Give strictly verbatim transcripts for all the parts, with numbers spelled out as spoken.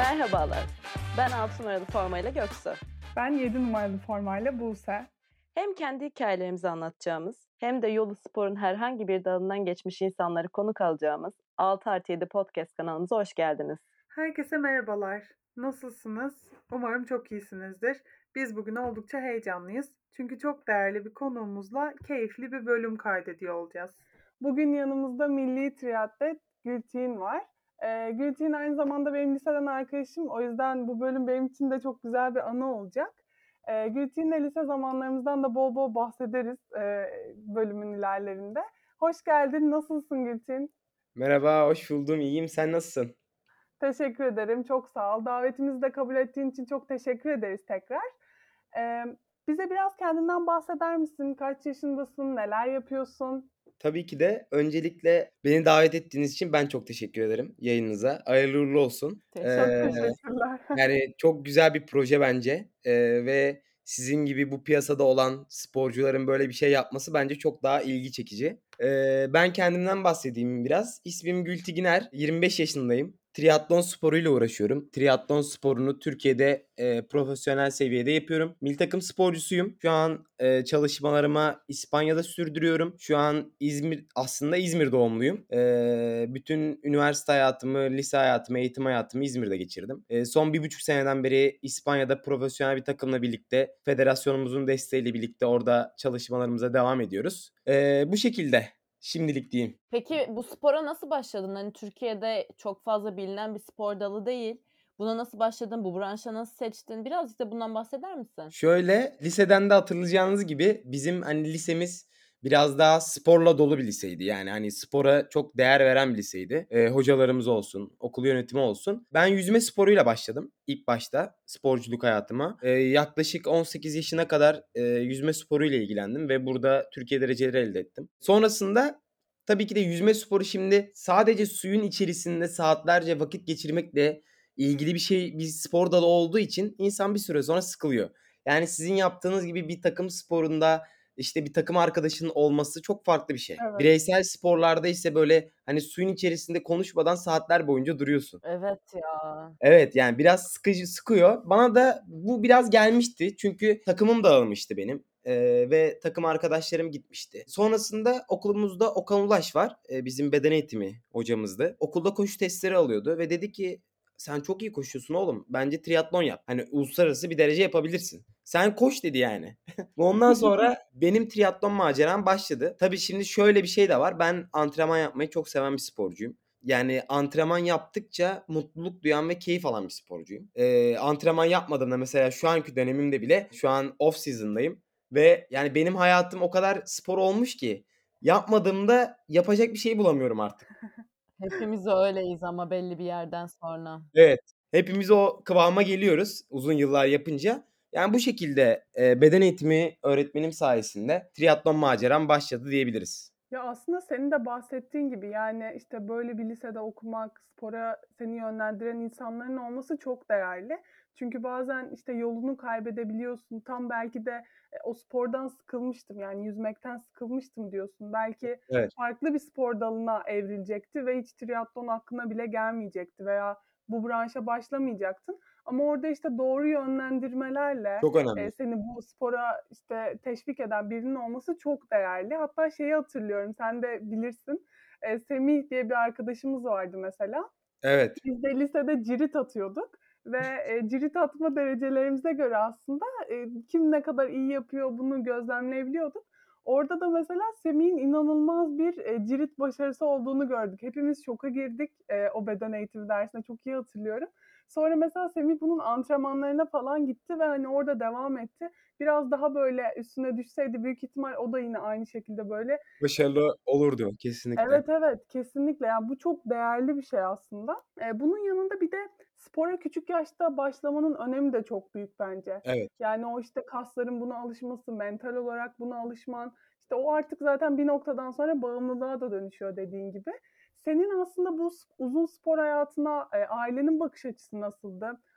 Merhabalar, ben altı numaralı formayla Göksu. Ben yedi numaralı formayla Buse. Hem kendi hikayelerimizi anlatacağımız hem de yolu sporun herhangi bir dalından geçmiş insanları konuk alacağımız altı artı yedi Podcast kanalımıza hoş geldiniz. Herkese merhabalar. Nasılsınız? Umarım çok iyisinizdir. Biz bugün oldukça heyecanlıyız. Çünkü çok değerli bir konuğumuzla keyifli bir bölüm kaydediyor olacağız. Bugün yanımızda milli triatlet Gülçin var. Ee, Gülçin aynı zamanda benim liseden arkadaşım. O yüzden bu bölüm benim için de çok güzel bir anı olacak. Ee, Gülçin'le lise zamanlarımızdan da bol bol bahsederiz e, bölümün ilerlerinde. Hoş geldin. Nasılsın Gülçin? Merhaba, hoş buldum. İyiyim. Sen nasılsın? Teşekkür ederim. Çok sağ ol. Davetimizi de kabul ettiğin için çok teşekkür ederiz tekrar. Ee, bize biraz kendinden bahseder misin? Kaç yaşındasın? Neler yapıyorsun? Tabii ki de öncelikle beni davet ettiğiniz için ben çok teşekkür ederim yayınınıza. Hayırlı uğurlu olsun. Çok Ee, teşekkürler. yani çok güzel bir proje bence. Ee, ve sizin gibi bu piyasada olan sporcuların böyle bir şey yapması bence çok daha ilgi çekici. Ee, ben kendimden bahsedeyim biraz. İsmim Gültiginer, yirmi beş yaşındayım. Triatlon sporuyla uğraşıyorum. Triatlon sporunu Türkiye'de e, profesyonel seviyede yapıyorum. Milli takım sporcusuyum. Şu an e, çalışmalarıma İspanya'da sürdürüyorum. Şu an İzmir, aslında İzmir doğumluyum. E, bütün üniversite hayatımı, lise hayatımı, eğitim hayatımı İzmir'de geçirdim. E, son bir buçuk seneden beri İspanya'da profesyonel bir takımla birlikte, federasyonumuzun desteğiyle birlikte orada çalışmalarımıza devam ediyoruz. E, bu şekilde. Şimdilik diyeyim. Peki bu spora nasıl başladın? Hani Türkiye'de çok fazla bilinen bir spor dalı değil. Buna nasıl başladın? Bu branşa nasıl seçtin? Birazcık da bundan bahseder misin? Şöyle, liseden de hatırlayacağınız gibi bizim hani lisemiz biraz daha sporla dolu bir liseydi. Yani hani spora çok değer veren bir liseydi. Eee, hocalarımız olsun, okul yönetimi olsun. Ben yüzme sporuyla başladım ilk başta sporculuk hayatıma. Eee, yaklaşık on sekiz yaşına kadar eee, yüzme sporuyla ilgilendim ve burada Türkiye dereceleri elde ettim. Sonrasında tabii ki de yüzme sporu şimdi sadece suyun içerisinde saatlerce vakit geçirmekle ilgili bir şey, bir spor dalı olduğu için insan bir süre sonra sıkılıyor. Yani sizin yaptığınız gibi bir takım sporunda işte bir takım arkadaşının olması çok farklı bir şey. Evet. Bireysel sporlarda ise böyle hani suyun içerisinde konuşmadan saatler boyunca duruyorsun. Evet ya. Evet, yani biraz sıkıcı sıkıyor. Bana da bu biraz gelmişti. Çünkü takımım dağılmıştı benim. Eee, ve takım arkadaşlarım gitmişti. Sonrasında okulumuzda Okan Ulaş var. Eee, bizim beden eğitimi hocamızdı. Okulda koşu testleri alıyordu ve dedi ki sen çok iyi koşuyorsun oğlum. Bence triatlon yap. Hani uluslararası bir derece yapabilirsin. Sen koş dedi yani. Ve ondan sonra benim triatlon maceram başladı. Tabii şimdi şöyle bir şey de var. Ben antrenman yapmayı çok seven bir sporcuyum. Yani antrenman yaptıkça mutluluk duyan ve keyif alan bir sporcuyum. Eee, antrenman yapmadığımda mesela şu anki dönemimde bile şu an off season'dayım ve yani benim hayatım o kadar spor olmuş ki yapmadığımda yapacak bir şey bulamıyorum artık. Hepimiz öyleyiz ama belli bir yerden sonra. Evet, hepimiz o kıvama geliyoruz uzun yıllar yapınca. Yani bu şekilde, eee, beden eğitimi öğretmenim sayesinde triatlon maceram başladı diyebiliriz. Ya aslında senin de bahsettiğin gibi yani işte böyle bir lisede okumak, spora seni yönlendiren insanların olması çok değerli. Çünkü bazen işte yolunu kaybedebiliyorsun. Tam belki de e, o spordan sıkılmıştım yani yüzmekten sıkılmıştım diyorsun. Belki Evet, farklı bir spor dalına evrilecekti ve hiç triatlon aklına bile gelmeyecekti veya bu branşa başlamayacaktın. Ama orada işte doğru yönlendirmelerle çok önemli. e, seni bu spora işte teşvik eden birinin olması çok değerli. Hatta şeyi hatırlıyorum, sen de bilirsin. E, Semih diye bir arkadaşımız vardı mesela. Evet. Biz de lisede cirit atıyorduk ve e, cirit atma derecelerimize göre aslında e, kim ne kadar iyi yapıyor bunu gözlemleyebiliyorduk. Orada da mesela Semih'in inanılmaz bir e, cirit başarısı olduğunu gördük. Hepimiz şoka girdik e, o beden eğitimi dersinde, çok iyi hatırlıyorum. Sonra mesela Semih bunun antrenmanlarına falan gitti ve hani orada devam etti. Biraz daha böyle üstüne düşseydi büyük ihtimal o da yine aynı şekilde böyle. Başarılı olurdu kesinlikle. Evet, evet, kesinlikle. Yani bu çok değerli bir şey aslında. Eee, bunun yanında bir de spora küçük yaşta başlamanın önemi de çok büyük bence. Evet. Yani o işte kasların buna alışması, mental olarak buna alışman, işte o artık zaten bir noktadan sonra bağımlılığa da dönüşüyor dediğin gibi. Senin aslında bu s- uzun spor hayatına e, ailenin bakış açısı nasıldı?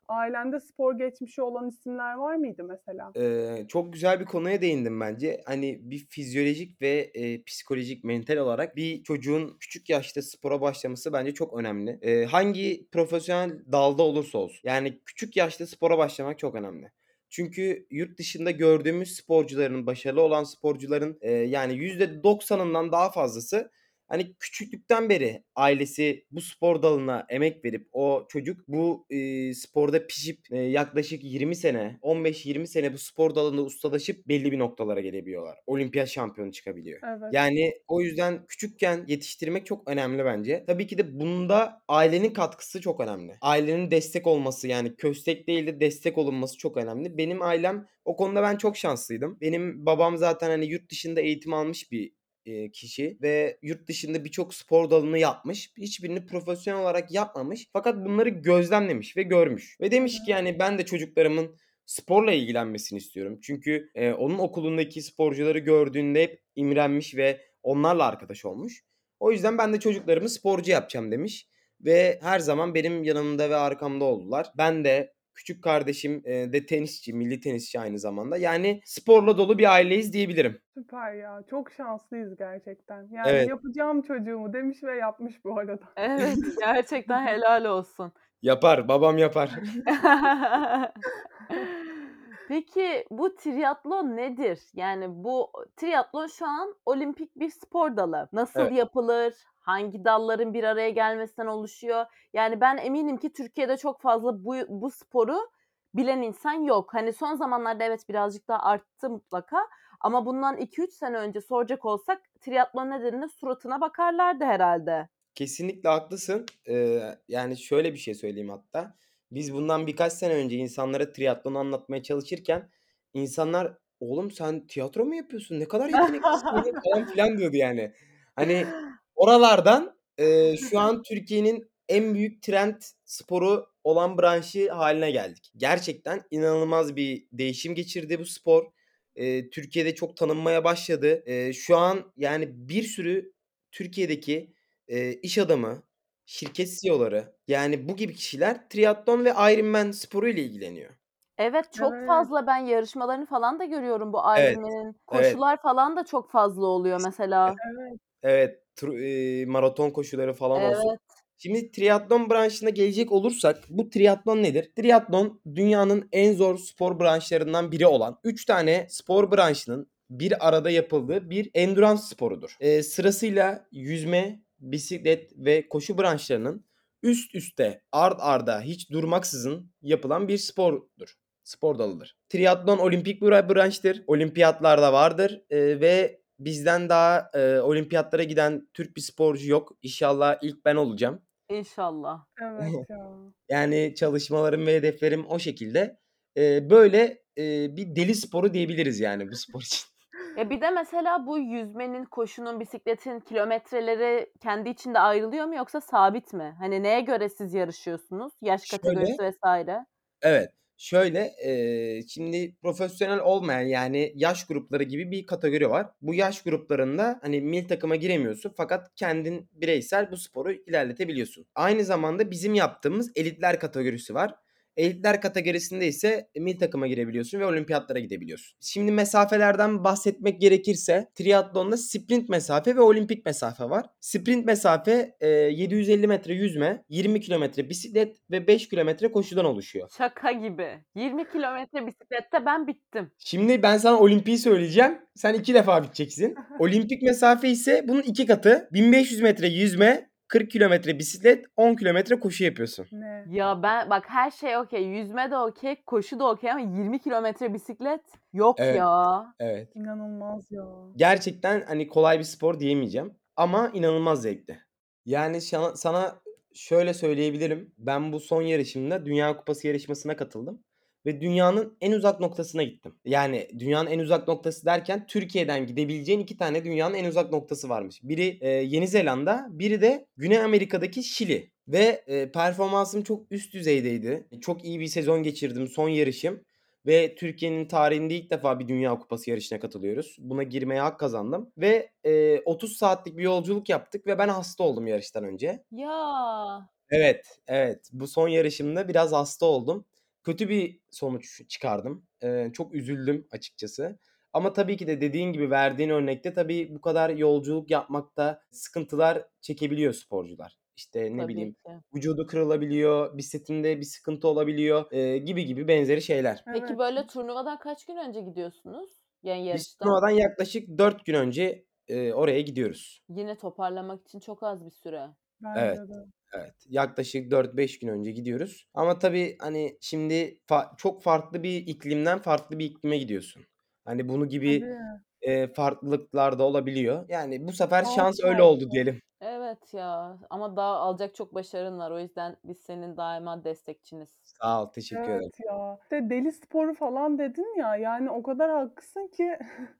Ailende spor geçmişi olan isimler var mıydı mesela? Eee, çok güzel bir konuya değindin bence. Hani, bir fizyolojik ve, eee, psikolojik, mental olarak bir çocuğun küçük yaşta spora başlaması bence çok önemli. Eee, hangi profesyonel dalda olursa olsun. Yani, küçük yaşta spora başlamak çok önemli. Çünkü yurt dışında gördüğümüz sporcuların, başarılı olan sporcuların, eee, yani yüzde doksanından daha fazlası, hani, küçüklükten beri ailesi bu spor dalına emek verip o çocuk bu, eee, sporda pişip, eee, yaklaşık yirmi sene, on beş yirmi sene bu spor dalında ustalaşıp belli bir noktalara gelebiliyorlar. Olimpiyat şampiyonu çıkabiliyor. Evet. Yani, o yüzden küçükken yetiştirmek çok önemli bence. Tabii ki de bunda ailenin katkısı çok önemli. Ailenin destek olması, yani köstek değil de destek olunması çok önemli. Benim ailem o konuda ben çok şanslıydım. Benim babam zaten, hani, yurt dışında eğitim almış bir, eee, kişi ve yurt dışında birçok spor dalını yapmış. Hiçbirini profesyonel olarak yapmamış fakat bunları gözlemlemiş ve görmüş ve demiş ki, Evet. yani, ben de çocuklarımın sporla ilgilenmesini istiyorum. Çünkü, eee, onun okulundaki sporcuları gördüğünde hep imrenmiş ve onlarla arkadaş olmuş. O yüzden ben de çocuklarımı sporcu yapacağım demiş ve her zaman benim yanımda ve arkamda oldular. Ben de, küçük kardeşim, eee, de tenisçi, milli tenisçi aynı zamanda. Yani sporla dolu bir aileyiz diyebilirim. Süper ya. Çok şanslıyız gerçekten. Yani Evet. yapacağım çocuğumu demiş ve yapmış bu arada. Evet, gerçekten helal olsun. Yapar, babam yapar. Peki, bu triatlon nedir? Yani, bu triatlon şu an olimpik bir spor dalı. Nasıl Evet. yapılır? Hangi dalların bir araya gelmesinden oluşuyor? Yani, ben eminim ki Türkiye'de çok fazla bu bu sporu bilen insan yok. Hani, son zamanlarda evet, birazcık daha arttı mutlaka ama bundan iki üç sene önce soracak olsak triatlon ne dediğinde suratına bakarlardı herhâlde. Kesinlikle haklısın. Eee, yani, şöyle bir şey söyleyeyim hatta. Biz bundan birkaç sene önce insanlara triatlonu anlatmaya çalışırken insanlar, "Oğlum sen tiyatro mu yapıyorsun? Ne kadar yeteneklisin ya." falan filan diyordu yani. Hani, oralardan, eee, şu an Türkiye'nin en büyük trend sporu olan branşı hâline geldik. Gerçekten inanılmaz bir değişim geçirdi bu spor. Eee, Türkiye'de çok tanınmaya başladı. Eee, şu an, yani, bir sürü Türkiye'deki, eee, iş adamı, şirket C E O'ları, yani, bu gibi kişiler triatlon ve Ironman sporuyla ilgileniyor. Evet, çok Evet. fazla ben yarışmalarını falan da görüyorum bu Evet, Ironman'in. evet. Koşular falan da çok fazla oluyor Kesinlikle. mesela. Evet. Evet, tur eee, maraton koşuları falan olsun. Evet. Şimdi triatlon branşına gelecek olursak bu triatlon nedir? Triatlon dünyanın en zor spor branşlarından biri olan üç tane spor branşının bir arada yapıldığı bir endurance sporudur. Eee, sırasıyla yüzme, bisiklet ve koşu branşlarının üst üste, art arda hiç durmaksızın yapılan bir spordur. Spor dalıdır. Triatlon olimpik bir branştır. Olimpiyatlarda vardır, eee, ve bizden daha, eee, olimpiyatlara giden Türk bir sporcu yok. İnşallah ilk ben olacağım. İnşallah. Evet ya. Yani çalışmalarım ve hedeflerim o şekilde. Eee, böyle, eee, bir deli sporu diyebiliriz yani bu spor için. Ya, bir de mesela bu yüzmenin, koşunun, bisikletin kilometreleri kendi içinde ayrılıyor mu yoksa sabit mi? Hani, neye göre siz yarışıyorsunuz? Yaş Şöyle kategorisi vesaire. Evet. Şöyle, eee, şimdi profesyonel olmayan, yani, yaş grupları gibi bir kategori var. Bu yaş gruplarında, hani, milli takıma giremiyorsun fakat kendin bireysel bu sporu ilerletebiliyorsun. Aynı zamanda bizim yaptığımız elitler kategorisi var. Elitler kategorisinde ise milli takıma girebiliyorsun ve olimpiyatlara gidebiliyorsun. Şimdi mesafelerden bahsetmek gerekirse triatlonda sprint mesafe ve olimpik mesafe var. Sprint mesafe, eee, yedi yüz elli metre yüzme, yirmi kilometre bisiklet ve beş kilometre koşudan oluşuyor. Şaka gibi. yirmi kilometre bisiklette ben bittim. Şimdi ben sana olimpiği söyleyeceğim. Sen iki defa biteceksin. Olimpik mesafe ise bunun iki katı. bin beş yüz metre yüzme, kırk kilometre bisiklet, on kilometre koşu yapıyorsun. Ne? Ya, ben bak her şey okay, yüzme de okay, koşu da okay ama yirmi kilometre bisiklet yok Evet, ya. evet. İnanılmaz ya. Gerçekten, hani, kolay bir spor diyemeyeceğim ama inanılmaz zevkli. Yani, şana sana şöyle söyleyebilirim. Ben bu son yarışımda Dünya Kupası yarışmasına katıldım ve dünyanın en uzak noktasına gittim. Yani, dünyanın en uzak noktası derken Türkiye'den gidebileceğin iki tane dünyanın en uzak noktası varmış. Biri, eee, Yeni Zelanda, biri de Güney Amerika'daki Şili ve, eee, performansım çok üst düzeydeydi. Çok iyi bir sezon geçirdim, son yarışım ve Türkiye'nin tarihinde ilk defa bir Dünya Kupası yarışına katılıyoruz. Buna girmeye hak kazandım ve, eee, otuz saatlik bir yolculuk yaptık ve ben hasta oldum yarıştan önce. Ya! Evet, evet. Bu son yarışımda biraz hasta oldum kötü bir sonuç çıkardım. Eee, çok üzüldüm açıkçası. Ama tabii ki de dediğin gibi verdiğin örnekte tabii bu kadar yolculuk yapmakta sıkıntılar çekebiliyor sporcular. İşte, ne Tabii bileyim, ki. vücudu kırılabiliyor, bisikletinde bir sıkıntı olabiliyor, eee, gibi gibi benzeri şeyler. Peki, Evet. böyle, turnuvadan kaç gün önce gidiyorsunuz? Yani Biz yarıştan? turnuvadan yaklaşık dört gün önce, eee, oraya gidiyoruz. Yine toparlamak için çok az bir süre. Evet, Bence de. evet. Yaklaşık dört beş gün önce gidiyoruz. Ama tabii, hani, şimdi fa çok farklı bir iklimden farklı bir iklime gidiyorsun. Hani, bunu gibi, Tabii. eee, farklılıklar da olabiliyor. Yani bu sefer Çok şans öyle oldu farklı. diyelim. Evet ya ama daha alacak çok başarın var. O yüzden biz senin daima destekçiniz. Sağ ol, teşekkür ederim. Evet ya. İşte deli sporu falan dedin ya, yani o kadar haklısın ki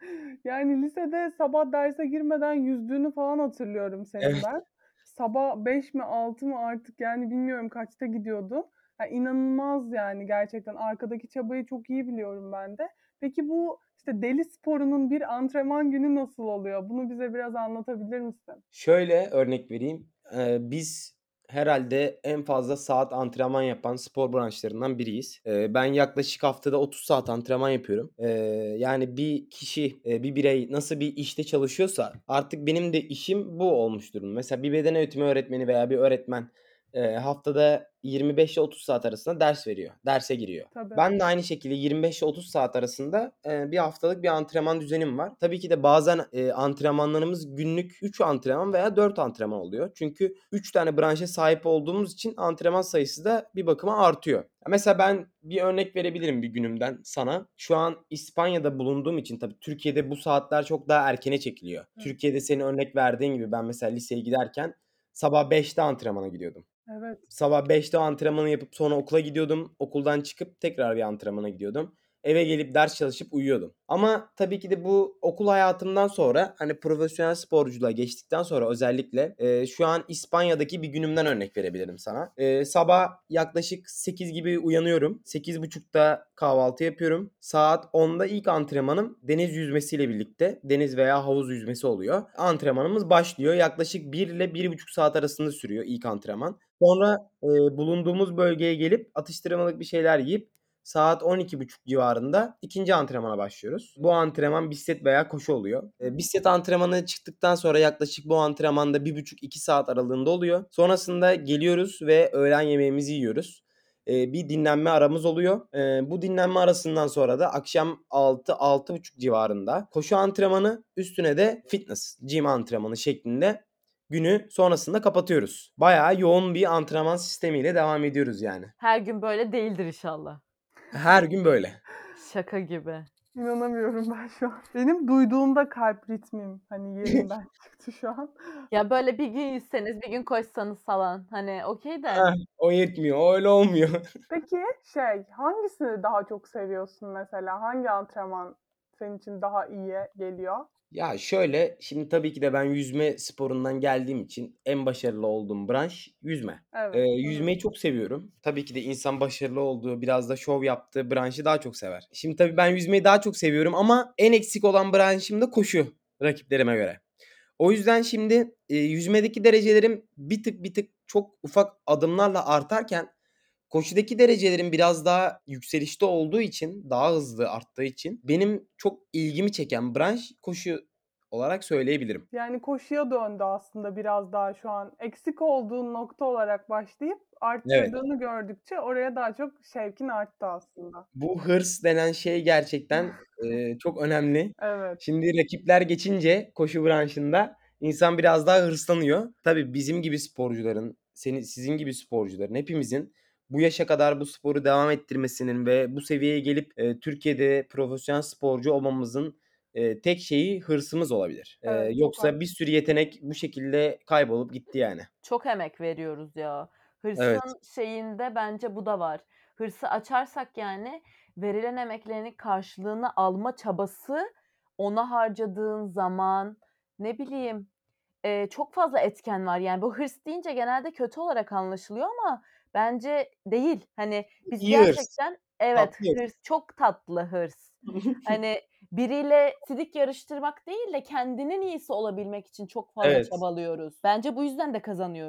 yani lisede sabah derse girmeden yüzdüğünü falan hatırlıyorum senin Evet. ben. Sabah beş mi altı mı artık yani bilmiyorum kaçta gidiyordun. Ya inanılmaz yani gerçekten arkadaki çabayı çok iyi biliyorum ben de. Peki bu işte deli sporunun bir antrenman günü nasıl oluyor? Bunu bize biraz anlatabilir misin? Şöyle örnek vereyim. Eee, biz herhâlde en fazla saat antrenman yapan spor branşlarından biriyiz. Eee, ben yaklaşık haftada otuz saat antrenman yapıyorum. Eee, yani bir kişi, eee, bir birey nasıl bir işte çalışıyorsa artık benim de işim bu olmuş durumda. Mesela bir beden eğitimi öğretmeni veya bir öğretmen, eee, haftada yirmi beş ile otuz saat arasında ders veriyor, derse giriyor. Tabii. Ben de aynı şekilde yirmi beş ile otuz saat arasında, eee, bir haftalık bir antrenman düzenim var. Tabii ki de bazen, eee, antrenmanlarımız günlük üç antrenman veya dört antrenman oluyor. Çünkü üç tane branşa sahip olduğumuz için antrenman sayısı da bir bakıma artıyor. Mesela ben bir örnek verebilirim bir günümden sana. Şu an İspanya'da bulunduğum için tabii Türkiye'de bu saatler çok daha erkene çekiliyor. Hı. Türkiye'de senin örnek verdiğin gibi ben mesela liseye giderken sabah beşte antrenmana gidiyordum. Evet. Sabah beşte antrenmanı yapıp sonra okula gidiyordum. Okuldan çıkıp tekrar bir antrenmana gidiyordum. Eve gelip ders çalışıp uyuyordum. Ama tabii ki de bu okul hayatımdan sonra, hani, profesyonel sporculuğa geçtikten sonra özellikle, eee, şu an İspanya'daki bir günümden örnek verebilirim sana. Eee, sabah yaklaşık sekiz gibi uyanıyorum. sekiz buçukta kahvaltı yapıyorum. Saat onda ilk antrenmanım deniz yüzmesiyle birlikte, deniz veya havuz yüzmesi oluyor. Antrenmanımız başlıyor. Yaklaşık bir ile bir buçuk saat arasında sürüyor ilk antrenman. Sonra, eee, bulunduğumuz bölgeye gelip atıştırmalık bir şeyler yiyip saat on iki buçuk civarında ikinci antrenmana başlıyoruz. Bu antrenman bisiklet veya koşu oluyor. Eee, bisiklet antrenmanı çıktıktan sonra yaklaşık bu antrenmanda bir buçuk iki saat aralığında oluyor. Sonrasında geliyoruz ve öğlen yemeğimizi yiyoruz. Eee, bir dinlenme aramız oluyor. Eee, bu dinlenme arasından sonra da akşam altı altı buçuk civarında koşu antrenmanı, üstüne de fitness, gym antrenmanı şeklinde günü sonrasında kapatıyoruz. Bayağı yoğun bir antrenman sistemiyle devam ediyoruz yani. Her gün böyle değildir inşallah. Her gün böyle. Şaka gibi. İnanamıyorum ben şu an. Benim duyduğumda kalp ritmim hani yerinden çıktı şu an. Ya, böyle bir gün yüzseniz, bir gün koşsanız falan, hani, okay de. Heh, o yetmiyor, o öyle olmuyor. Peki şey, hangisini daha çok seviyorsun mesela? Hangi antrenman senin için daha iyi geliyor? Ya, şöyle, şimdi tabii ki de ben yüzme sporundan geldiğim için en başarılı olduğum branş yüzme. Eee, Evet. Hı hı. yüzmeyi çok seviyorum. Tabii ki de insan başarılı olduğu, biraz da şov yaptığı branşı daha çok sever. Şimdi tabii ben yüzmeyi daha çok seviyorum ama en eksik olan branşım da koşu rakiplerime göre. O yüzden şimdi, eee, yüzmedeki derecelerim bir tık bir tık çok ufak adımlarla artarken koşudaki derecelerim biraz daha yükselişte olduğu için, daha hızlı arttığı için benim çok ilgimi çeken branş koşu olarak söyleyebilirim. Yani koşuya döndü aslında biraz daha şu an. Eksik olduğun nokta olarak başlayıp Evet. arttırdığını gördükçe oraya daha çok şevkin arttı aslında. Bu hırs denen şey gerçekten, eee, çok önemli. Evet. Şimdi rakipler geçince koşu branşında insan biraz daha hırslanıyor. Tabii bizim gibi sporcuların, senin sizin gibi sporcuların, hepimizin bu yaşa kadar bu sporu devam ettirmesinin ve bu seviyeye gelip, eee, Türkiye'de profesyonel sporcu olmamızın, eee, tek şeyi hırsımız olabilir. Eee, Evet, çok yoksa bir haklısın. sürü yetenek bu şekilde kaybolup gitti yani. Çok emek veriyoruz ya. Evet, Hırsın şeyinde bence bu da var. Hırsı açarsak yani verilen emeklerinin karşılığını alma çabası, ona harcadığın zaman, ne bileyim, eee, çok fazla etken var. Yani bu hırs deyince genelde kötü olarak anlaşılıyor ama bence değil. Hani biz iyi hırs, gerçekten evet, tatlı hırs. hırs, çok tatlı hırs. Hani biriyle sidik yarıştırmak değil de kendinin iyisi olabilmek için çok fazla Evet. çabalıyoruz. Bence bu yüzden de kazanıyoruz.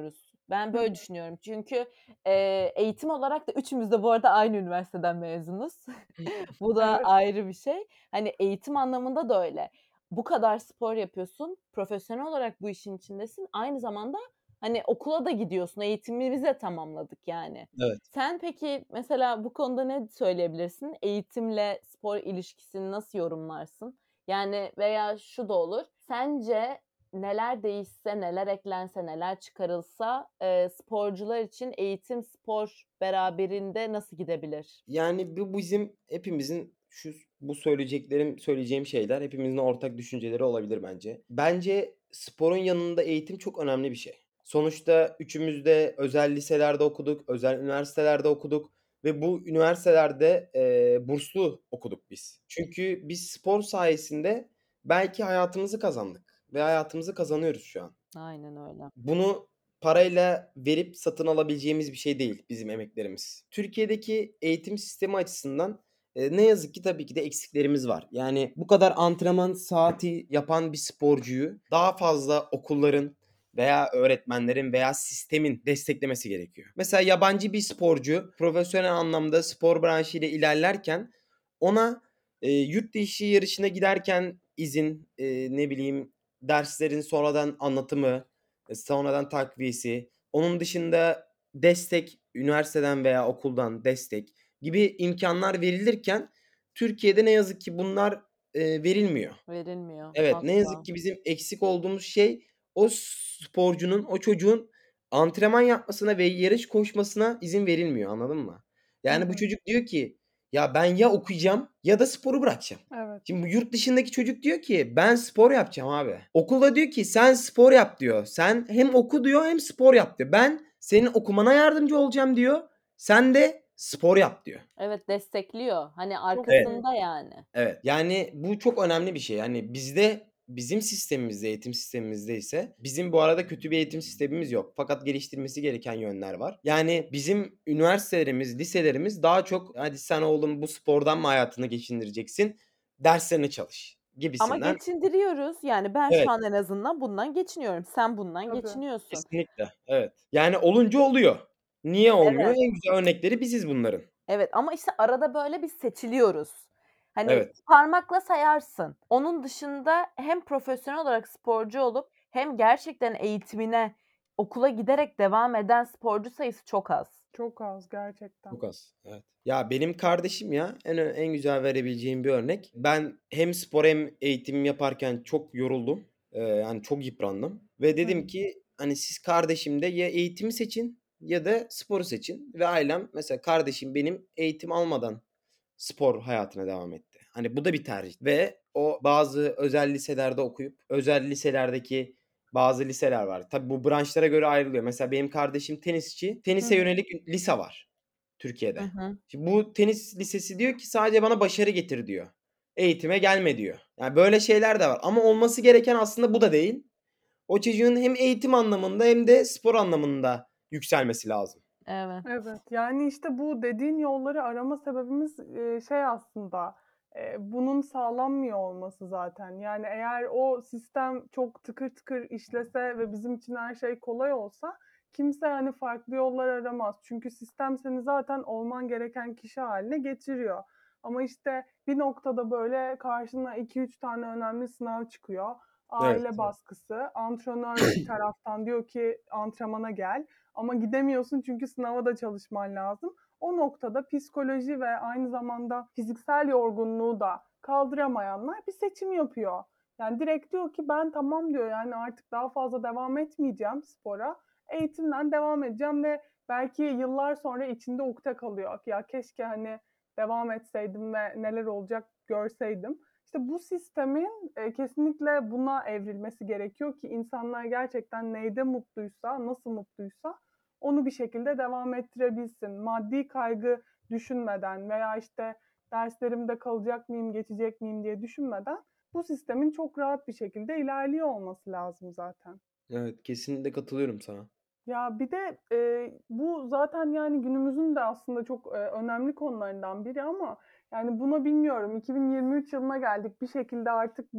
Ben Hı hı. böyle düşünüyorum. Çünkü, eee, eğitim olarak da üçümüz de bu arada aynı üniversiteden mezunuz. Bu da Evet. ayrı bir şey. Hani, eğitim anlamında da öyle. Bu kadar spor yapıyorsun, profesyonel olarak bu işin içindesin. Aynı zamanda, hani, okula da gidiyorsun. Eğitimimizi de tamamladık yani. Evet. Sen peki mesela bu konuda ne söyleyebilirsin? Eğitimle spor ilişkisini nasıl yorumlarsın? Yani veya şu da olur. Sence neler değişse, neler eklense, neler çıkarılsa, eee, sporcular için eğitim, spor beraberinde nasıl gidebilir? Yani bu bizim hepimizin şu bu söyleyeceklerim söyleyeceğim şeyler hepimizin ortak düşünceleri olabilir bence. Bence sporun yanında eğitim çok önemli bir şey. Sonuçta üçümüz de özel liselerde okuduk, özel üniversitelerde okuduk ve bu üniversitelerde, eee, burslu okuduk biz. Çünkü biz spor sayesinde belki hayatımızı kazandık ve hayatımızı kazanıyoruz şu an. Aynen öyle. Bunu parayla verip satın alabileceğimiz bir şey değil bizim emeklerimiz. Türkiye'deki eğitim sistemi açısından, eee, ne yazık ki tabii ki de eksiklerimiz var. Yani bu kadar antrenman saati yapan bir sporcuyu daha fazla okulların veya öğretmenlerin veya sistemin desteklemesi gerekiyor. Mesela yabancı bir sporcu profesyonel anlamda spor branşıyla ilerlerken ona, eee, yurt dışı yarışına giderken izin, eee, ne bileyim, derslerin sonradan anlatımı, Eee, sonradan takviyesi, onun dışında destek, üniversiteden veya okuldan destek gibi imkânlar verilirken Türkiye'de ne yazık ki bunlar, eee, verilmiyor. Verilmiyor Evet, ne yazık asla. ki bizim eksik olduğumuz şey o sporcunun, o çocuğun antrenman yapmasına ve yarış koşmasına izin verilmiyor, anladın mı? Hı Yani bu hı. çocuk diyor ki, "Ya, ben ya okuyacağım ya da sporu bırakacağım." Evet. Şimdi bu yurt dışındaki çocuk diyor ki, "Ben spor yapacağım abi." Okulda diyor ki, "Sen spor yap." diyor. "Sen hem oku." diyor, "hem spor yap." diyor. "Ben senin okumana yardımcı olacağım." diyor. "Sen de spor yap." diyor. Evet, destekliyor. Hani Çok Evet. iyi. arkasında yani. Evet, yani bu çok önemli bir şey. Yani bizde, bizim sistemimizde, eğitim sistemimizde ise bizim bu arada kötü bir eğitim sistemimiz yok. Fakat geliştirmesi gereken yönler var. Yani bizim üniversitelerimiz, liselerimiz daha çok hadi sen oğlum bu spordan mı hayatını geçindireceksin, derslerine çalış Ama gibisinden. geçindiriyoruz. Yani ben Evet, şu an en azından bundan geçiniyorum. Sen bundan Tabii. geçiniyorsun. kesinlikle. Evet. Yani olunca oluyor. Niye olmuyor? Evet. En güzel örnekleri biziz bunların. Evet ama işte arada böyle bir seçiliyoruz. Hani Evet. parmakla sayarsın. Onun dışında hem profesyonel olarak sporcu olup hem gerçekten eğitimine okula giderek devam eden sporcu sayısı çok az. Çok az gerçekten. Çok az. Evet. Ya benim kardeşim ya en ö en güzel verebileceğim bir örnek. Ben hem spor hem eğitim yaparken çok yoruldum. Eee, yani çok yıprandım ve Hı hı. dedim ki hani siz kardeşimde ya eğitimi seçin ya da sporu seçin ve ailem mesela kardeşim benim eğitim almadan spor hayatına devam etti. Hani bu da bir tercih ve o bazı özel liselerde okuyup özel liselerdeki bazı liseler var. Tabii bu branşlara göre ayrılıyor. Mesela benim kardeşim tenisçi. Hı Tenise hı. yönelik lise var Hı Türkiye'de. hı. Şimdi bu tenis lisesi diyor ki sadece bana başarı getir diyor. Eğitime gelme diyor. Yani böyle şeyler de var ama olması gereken aslında bu da değil. O çocuğun hem eğitim anlamında hem de spor anlamında yükselmesi lazım. Evet. Evet, yani, işte, bu dediğin yolları arama sebebimiz, eee, şey aslında, eee, bunun sağlanmıyor olması zaten. Yani, eğer o sistem çok tıkır tıkır işlese ve bizim için her şey kolay olsa kimse, hani, farklı yollar aramaz. Çünkü sistem seni zaten olman gereken kişi hâline getiriyor. Ama, işte, bir noktada, böyle, karşına iki üç tane önemli sınav çıkıyor. Evet. Aile baskısı, antrenör bir taraftan diyor ki antrenmana gel. Ama gidemiyorsun çünkü sınava da çalışman lazım. O noktada psikoloji ve aynı zamanda fiziksel yorgunluğu da kaldıramayanlar bir seçim yapıyor. Yani direkt diyor ki ben tamam diyor yani artık daha fazla devam etmeyeceğim spora. Eğitimden devam edeceğim ve belki yıllar sonra içinde ukde kalıyor. Ya keşke hani devam etseydim ve neler olacak görseydim. İşte bu sistemin e, kesinlikle buna evrilmesi gerekiyor ki insanlar gerçekten neyde mutluysa, nasıl mutluysa onu bir şekilde devam ettirebilsin. Maddi kaygı düşünmeden veya işte derslerimde kalacak mıyım, geçecek miyim diye düşünmeden bu sistemin çok rahat bir şekilde ilerliyor olması lazım zaten. Evet, kesinlikle katılıyorum sana. Ya bir de e, bu zaten yani günümüzün de aslında çok e, önemli konularından biri ama yani buna bilmiyorum iki bin yirmi üç yılına geldik bir şekilde artık bir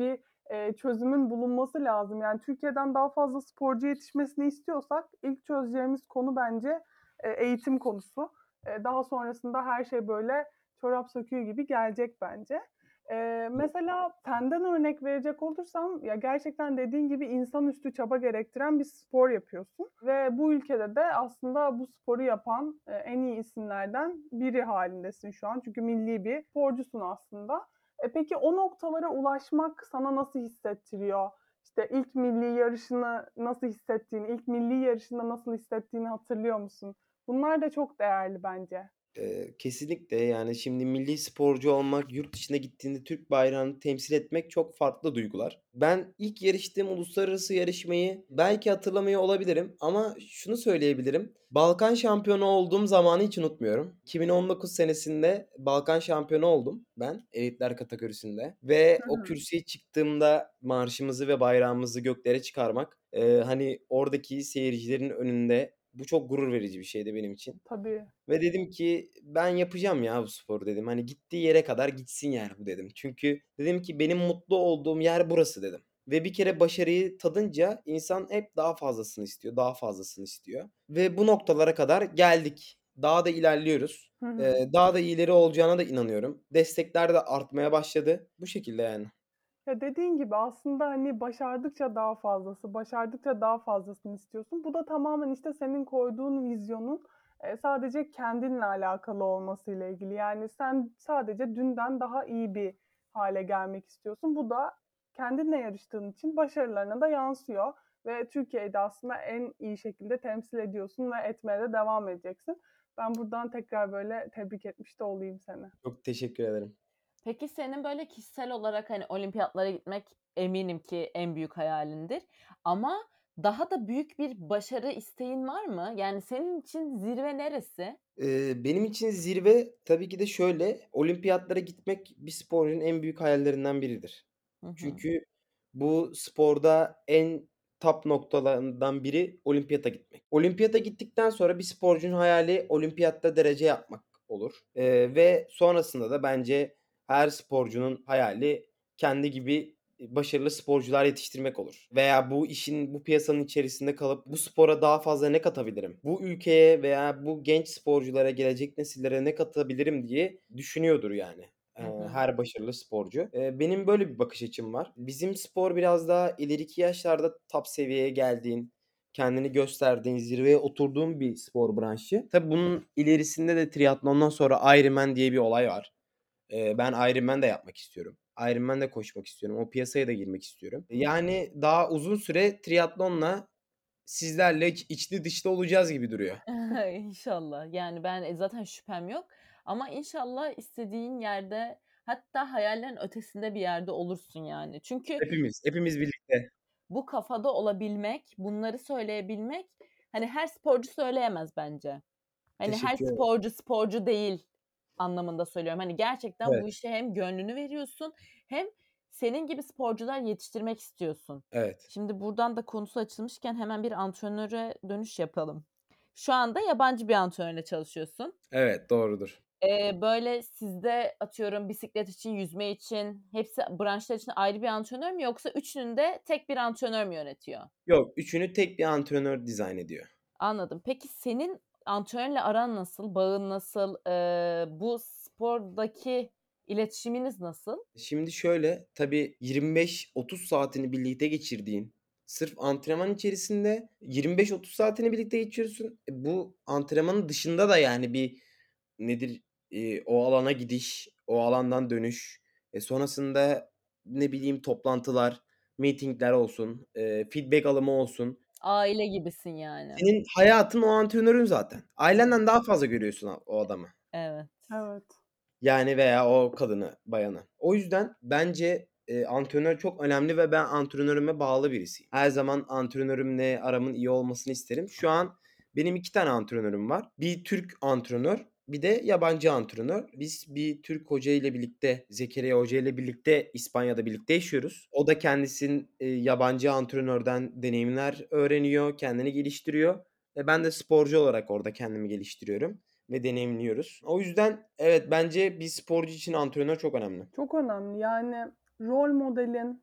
eee, çözümün bulunması lazım. Yani Türkiye'den daha fazla sporcu yetişmesini istiyorsak ilk çözeceğimiz konu bence eee, eğitim konusu. Eee, daha sonrasında her şey böyle çorap söküğü gibi gelecek bence. Eee, mesela senden örnek verecek olursam ya gerçekten dediğin gibi insanüstü çaba gerektiren bir spor yapıyorsun ve bu ülkede de aslında bu sporu yapan e, en iyi isimlerden biri halindesin şu an. Çünkü milli bir sporcusun aslında. E peki o noktalara ulaşmak sana nasıl hissettiriyor? İşte ilk milli yarışını nasıl hissettiğini, ilk milli yarışında nasıl hissettiğini hatırlıyor musun? Bunlar da çok değerli bence. Eee, kesinlikle, yani, şimdi milli sporcu olmak, yurt dışına gittiğinde Türk bayrağını temsil etmek çok farklı duygular. Ben ilk yarıştığım uluslararası yarışmayı belki hatırlamıyor olabilirim ama şunu söyleyebilirim, Balkan şampiyonu olduğum zamanı hiç unutmuyorum. iki bin on dokuz senesinde Balkan şampiyonu oldum ben elitler kategorisinde ve Hı o hı. kürsüye çıktığımda marşımızı ve bayrağımızı göklere çıkarmak, eee, hani, oradaki seyircilerin önünde bu çok gurur verici bir şeydi benim için. Tabii. Ve dedim ki ben yapacağım ya bu sporu dedim. Hani gittiği yere kadar gitsin yani bu dedim. Çünkü dedim ki benim mutlu olduğum yer burası dedim. Ve bir kere başarıyı tadınca insan hep daha fazlasını istiyor, daha fazlasını istiyor. Ve bu noktalara kadar geldik. Daha da ilerliyoruz. Hı hı. Eee, daha da iyileri olacağına da inanıyorum. Destekler de artmaya başladı. Bu şekilde yani. Ya dediğin gibi aslında hani başardıkça daha fazlası, başardıkça daha fazlasını istiyorsun. Bu da tamamen işte senin koyduğun vizyonun e, sadece kendinle alakalı olmasıyla ilgili. Yani sen sadece dünden daha iyi bir hale gelmek istiyorsun. Bu da kendinle yarıştığın için başarılarına da yansıyor. Ve Türkiye'yi de aslında en iyi şekilde temsil ediyorsun ve etmeye de devam edeceksin. Ben buradan tekrar böyle tebrik etmiş de olayım seni. Çok teşekkür ederim. Peki senin böyle kişisel olarak hani olimpiyatlara gitmek eminim ki en büyük hayalindir. Ama daha da büyük bir başarı isteğin var mı? Yani senin için zirve neresi? Eee, benim için zirve tabii ki de şöyle, olimpiyatlara gitmek bir sporcunun en büyük hayallerinden biridir. Hı hı. Çünkü bu sporda en top noktalarından biri olimpiyata gitmek. Olimpiyata gittikten sonra bir sporcunun hayali olimpiyatta derece yapmak olur. Eee, ve sonrasında da bence her sporcunun hayali kendi gibi başarılı sporcular yetiştirmek olur. Veya bu işin, bu piyasanın içerisinde kalıp bu spora daha fazla ne katabilirim? Bu ülkeye veya bu genç sporculara, gelecek nesillere ne katabilirim diye düşünüyordur yani. Hı Eee, hı. her başarılı sporcu. Eee, benim böyle bir bakış açım var. Bizim spor biraz daha ileriki yaşlarda top seviyeye geldiğin, kendini gösterdiğin, zirveye oturduğun bir spor branşı. Tabii bunun ilerisinde de triatlondan sonra Ironman diye bir olay var. Eee, ben Ironman de yapmak istiyorum. Ironman de koşmak istiyorum. O piyasaya da girmek istiyorum. Yani daha uzun süre triatlonla sizlerle iç içli dışlı olacağız gibi duruyor. İnşallah. Yani ben e, zaten şüphem yok. Ama inşallah istediğin yerde hatta hayallerin ötesinde bir yerde olursun yani. Çünkü Hepimiz, hepimiz birlikte. bu kafada olabilmek, bunları söyleyebilmek hani her sporcu söyleyemez bence. Hani her Teşekkür ederim. sporcu sporcu değil anlamında söylüyorum. Hani gerçekten bu Evet, işe hem gönlünü veriyorsun hem senin gibi sporcular yetiştirmek istiyorsun. evet. Şimdi buradan da konusu açılmışken hemen bir antrenöre dönüş yapalım. Şu anda yabancı bir antrenörle çalışıyorsun. Evet, doğrudur. Eee, böyle sizde atıyorum bisiklet için, yüzme için hepsi branşlar için ayrı bir antrenör mü yoksa üçünün de tek bir antrenör mü yönetiyor? Yok, üçünü tek bir antrenör dizayn ediyor. Anladım. Peki senin antrenörle aran nasıl? Bağın nasıl? Eee, bu spordaki iletişiminiz nasıl? Şimdi şöyle, tabii yirmi beş otuz saatini birlikte geçirdiğin, sırf antrenman içerisinde yirmi beş otuz saatini birlikte geçiriyorsun. E, bu antrenmanın dışında da yani bir nedir, eee, o alana gidiş, o alandan dönüş, e, sonrasında ne bileyim toplantılar, mitingler olsun, eee, feedback alımı olsun. Aile gibisin yani. Senin hayatın o antrenörün zaten. Ailenden daha fazla görüyorsun a o adamı. Evet. Evet. Yani veya o kadını, bayanı. O yüzden bence, eee, antrenör çok önemli ve ben antrenörüme bağlı birisiyim. Her zaman antrenörümle aramın iyi olmasını isterim. Şu an benim iki tane antrenörüm var. Bir Türk antrenör, bir de yabancı antrenör. Biz bir Türk hoca ile birlikte, Zekeriya Hoca ile birlikte İspanya'da birlikte yaşıyoruz. O da kendisinin, eee, yabancı antrenörden deneyimler öğreniyor, kendini geliştiriyor ve ben de sporcu olarak orada kendimi geliştiriyorum ve deneyimliyoruz. O yüzden evet, bence bir sporcu için antrenör çok önemli. Çok önemli. Yani rol modelin,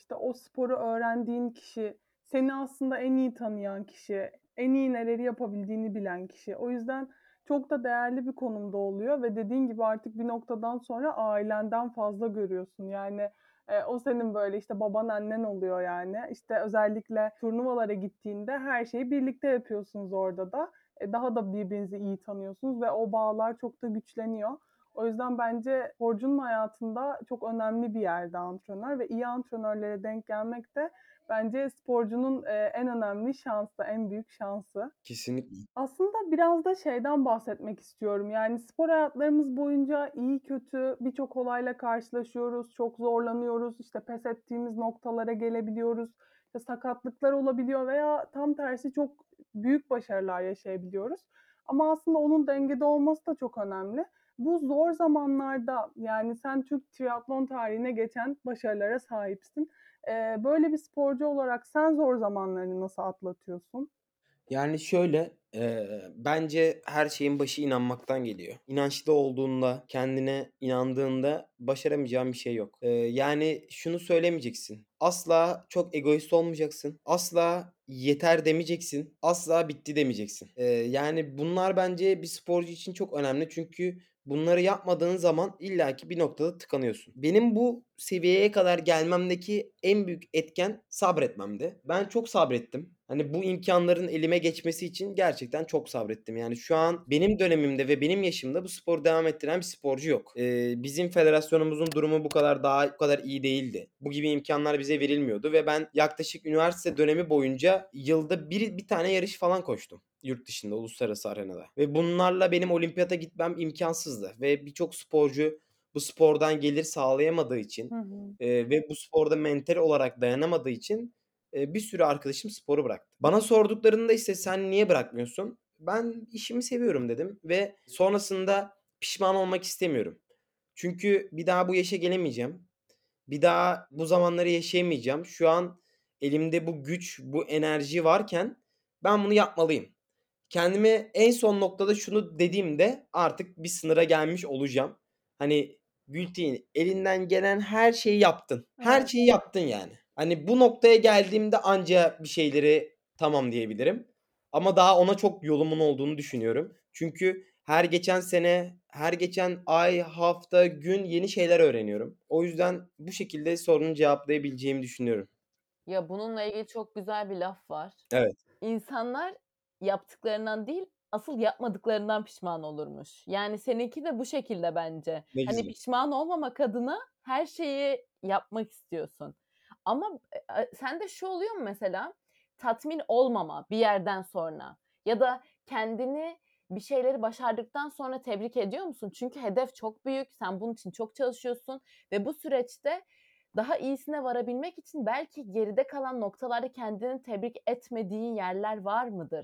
işte o sporu öğrendiğin kişi, seni aslında en iyi tanıyan kişi, en iyi neleri yapabildiğini bilen kişi. O yüzden çok da değerli bir konumda oluyor ve dediğin gibi artık bir noktadan sonra ailenden fazla görüyorsun. Yani e, o senin böyle işte baban annen oluyor yani. İşte özellikle turnuvalara gittiğinde her şeyi birlikte yapıyorsunuz orada da. E, daha da birbirinizi iyi tanıyorsunuz ve o bağlar çok da güçleniyor. O yüzden bence sporcunun hayatında çok önemli bir yerde antrenör ve iyi antrenörlere denk gelmek de bence sporcunun e, en önemli şansı, en büyük şansı. Kesinlikle. Aslında biraz da şeyden bahsetmek istiyorum. Yani spor hayatlarımız boyunca iyi kötü birçok olayla karşılaşıyoruz, çok zorlanıyoruz, işte pes ettiğimiz noktalara gelebiliyoruz, işte sakatlıklar olabiliyor veya tam tersi çok büyük başarılar yaşayabiliyoruz. Ama aslında onun dengede olması da çok önemli. Bu zor zamanlarda yani sen Türk triatlon tarihine geçen başarılara sahipsin. Ee, böyle bir sporcu olarak sen zor zamanlarını nasıl atlatıyorsun? Yani şöyle, eee, bence her şeyin başı inanmaktan geliyor. İnançlı olduğunda, kendine inandığında başaramayacağın bir şey yok. Eee, yani şunu söylemeyeceksin. Asla çok egoist olmayacaksın. Asla yeter demeyeceksin. Asla bitti demeyeceksin. Eee, yani bunlar bence bir sporcu için çok önemli. Çünkü bunları yapmadığın zaman illaki bir noktada tıkanıyorsun. Benim bu seviyeye kadar gelmemdeki en büyük etken sabretmemdi. Ben çok sabrettim. Hani bu imkânların elime geçmesi için gerçekten çok sabrettim. Yani şu an benim dönemimde ve benim yaşımda bu sporu devam ettiren bir sporcu yok. Eee, bizim federasyonumuzun durumu bu kadar daha bu kadar iyi değildi. Bu gibi imkânlar bize verilmiyordu ve ben yaklaşık üniversite dönemi boyunca yılda bir bir tane yarış falan koştum yurt dışında, uluslararası arenada ve bunlarla benim olimpiyata gitmem imkânsızdı ve birçok sporcu bu spordan gelir sağlayamadığı Hı için, hı. eee, ve bu sporda mental olarak dayanamadığı için, eee, bir sürü arkadaşım sporu bıraktı. Bana sorduklarında ise "Sen niye bırakmıyorsun?" "Ben işimi seviyorum." dedim ve sonrasında pişman olmak istemiyorum. Çünkü bir daha bu yaşa gelemeyeceğim. Bir daha bu zamanları yaşayamayacağım. Şu an elimde bu güç, bu enerji varken ben bunu yapmalıyım. Kendime en son noktada şunu dediğimde artık bir sınıra gelmiş olacağım. Hani Gülçin, elinden gelen her şeyi yaptın. Her Evet. şeyi yaptın yani. Hani bu noktaya geldiğimde anca bir şeyleri tamam diyebilirim. Ama daha ona çok yolumun olduğunu düşünüyorum. Çünkü her geçen sene, her geçen ay, hafta, gün yeni şeyler öğreniyorum. O yüzden bu şekilde sorunu cevaplayabileceğimi düşünüyorum. Ya, bununla ilgili çok güzel bir laf var. Evet. İnsanlar yaptıklarından değil, asıl yapmadıklarından pişman olurmuş. Yani seninki de bu şekilde bence. Ne Hani güzel. pişman olmamak adına her şeyi yapmak istiyorsun. Ama, eee, sende şu oluyor mu mesela? Tatmin olmama bir yerden sonra ya da kendini bir şeyleri başardıktan sonra tebrik ediyor musun? Çünkü hedef çok büyük, sen bunun için çok çalışıyorsun ve bu süreçte daha iyisine varabilmek için belki geride kalan noktalarda kendini tebrik etmediğin yerler var mıdır?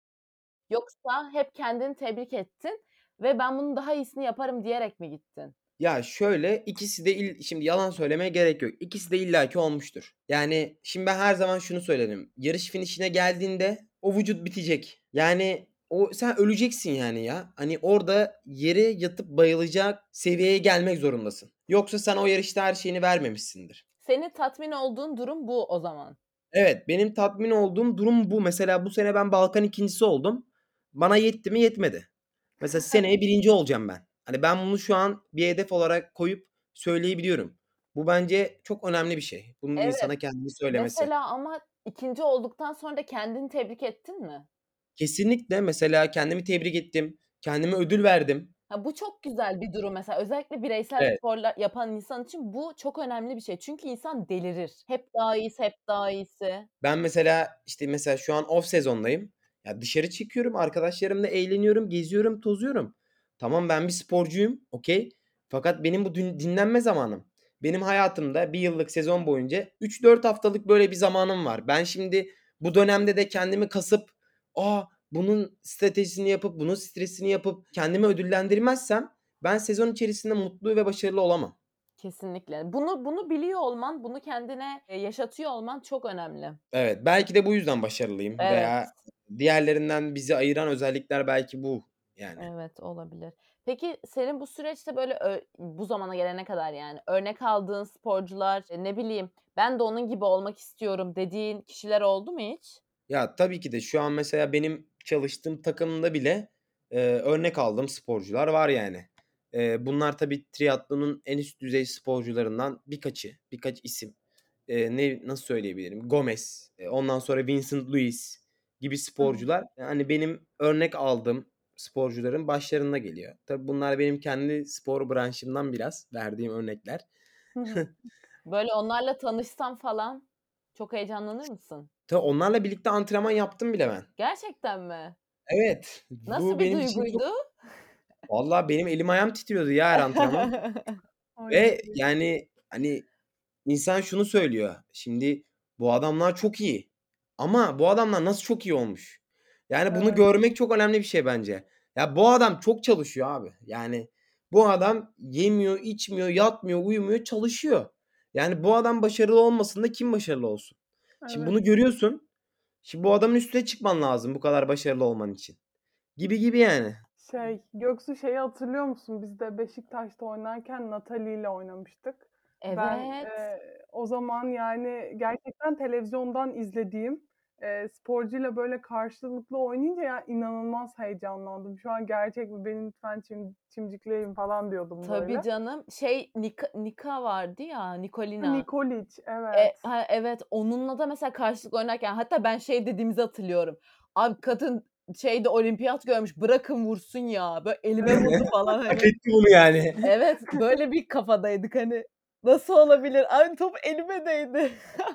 Yoksa hep kendini tebrik ettin ve ben bunun daha iyisini yaparım diyerek mi gittin? Ya, şöyle, ikisi de il şimdi yalan söylemeye gerek yok. İkisi de illaki olmuştur. Yani, şimdi ben her zaman şunu söylerim. Yarış finişine geldiğinde o vücut bitecek. Yani, o sen öleceksin yani ya. Hani, orada yere yatıp bayılacak seviyeye gelmek zorundasın. Yoksa sen o yarışta her şeyini vermemişsindir. Senin tatmin olduğun durum bu o zaman. Evet, benim tatmin olduğum durum bu. Mesela bu sene ben Balkan ikincisi oldum. Bana yetti mi? Yetmedi. Mesela seneye birinci olacağım ben. Hani ben bunu şu an bir hedef olarak koyup söyleyebiliyorum. Bu bence çok önemli bir şey. Bunun Evet. insana kendini söylemesi. Mesela ama ikinci olduktan sonra da kendini tebrik ettin mi? Kesinlikle mesela kendimi tebrik ettim. Kendime ödül verdim. Ha, bu çok güzel bir durum mesela. Özellikle bireysel Evet. sporlar yapan insan için bu çok önemli bir şey. Çünkü insan delirir. Hep daha iyisi, hep daha iyisi. Ben mesela, işte, mesela şu an off sezondayım. Ya, dışarı çıkıyorum, arkadaşlarımla eğleniyorum, geziyorum, tozuyorum. Tamam, ben bir sporcuyum, okay. Fakat benim bu dün dinlenme zamanım. Benim hayatımda bir yıllık sezon boyunca üç dört haftalık böyle bir zamanım var. Ben şimdi bu dönemde de kendimi kasıp, "A, bunun stratejisini yapıp, bunun stresini yapıp kendimi ödüllendirmezsem ben sezon içerisinde mutlu ve başarılı olamam." Kesinlikle. Bunu bunu biliyor olman, bunu kendine, eee, yaşatıyor olman çok önemli. Evet, belki de bu yüzden başarılıyım Evet, veya diğerlerinden bizi ayıran özellikler belki bu yani. evet olabilir. Peki senin bu süreçte böyle ö bu zamana gelene kadar yani örnek aldığın sporcular, eee, ne bileyim, "Ben de onun gibi olmak istiyorum." dediğin kişiler oldu mu hiç? Ya, tabii ki de şu an mesela benim çalıştığım takımda bile, eee, örnek aldığım sporcular var yani. Eee, bunlar tabii triatlonun en üst düzey sporcularından birkaçı, birkaç isim. Eee, ne nasıl söyleyebilirim? Gomez, eee, ondan sonra Vincent Luis gibi Hı hı. sporcular, hani, benim örnek aldığım sporcuların başlarında geliyor. Tabii bunlar benim kendi spor branşımdan biraz verdiğim örnekler. Hı hı. Böyle onlarla tanışsan falan çok heyecanlanır mısın? Tabii onlarla birlikte antrenman yaptım bile ben. Gerçekten mi? Evet, Nasıl bu bir benim için çok duyguydu? Vallahi benim elim ayağım titriyordu ya her antrenman Ay. ve yani, hani, insan şunu söylüyor, şimdi bu adamlar çok iyi ama bu adamlar nasıl çok iyi olmuş? Yani bunu Evet. görmek çok önemli bir şey bence. Ya, bu adam çok çalışıyor abi. Yani bu adam yemiyor, içmiyor, yatmıyor, uyumuyor, çalışıyor. Yani bu adam başarılı olmasın da kim başarılı olsun? Şimdi Evet. bunu görüyorsun. Şimdi bu adamın üstüne çıkman lazım bu kadar başarılı olman için. Gibi gibi yani. Şey, Göksu şeyi hatırlıyor musun? Biz de Beşiktaş'ta oynarken Natalie ile oynamıştık. Ben Evet. eee, o zaman yani gerçekten televizyondan izlediğim eee, sporcuyla böyle karşılıklı oynayınca ya inanılmaz heyecanlandım. Şu an gerçek mi? Beni lütfen çim, çimcikleyin falan diyordum Tabii böyle. canım. Şey Nika Nika vardı ya, Nikolina. Nikolic, E evet. ha, evet, onunla da mesela karşılıklı oynarken hatta ben şey dediğimizi hatırlıyorum. "Abi kadın şeyde olimpiyat görmüş, bırakın vursun ya." Böyle elime vurdu falan Hak hani. etti bunu yani. Evet, böyle bir kafadaydık hani. Nasıl olabilir? Abi top elime değdi.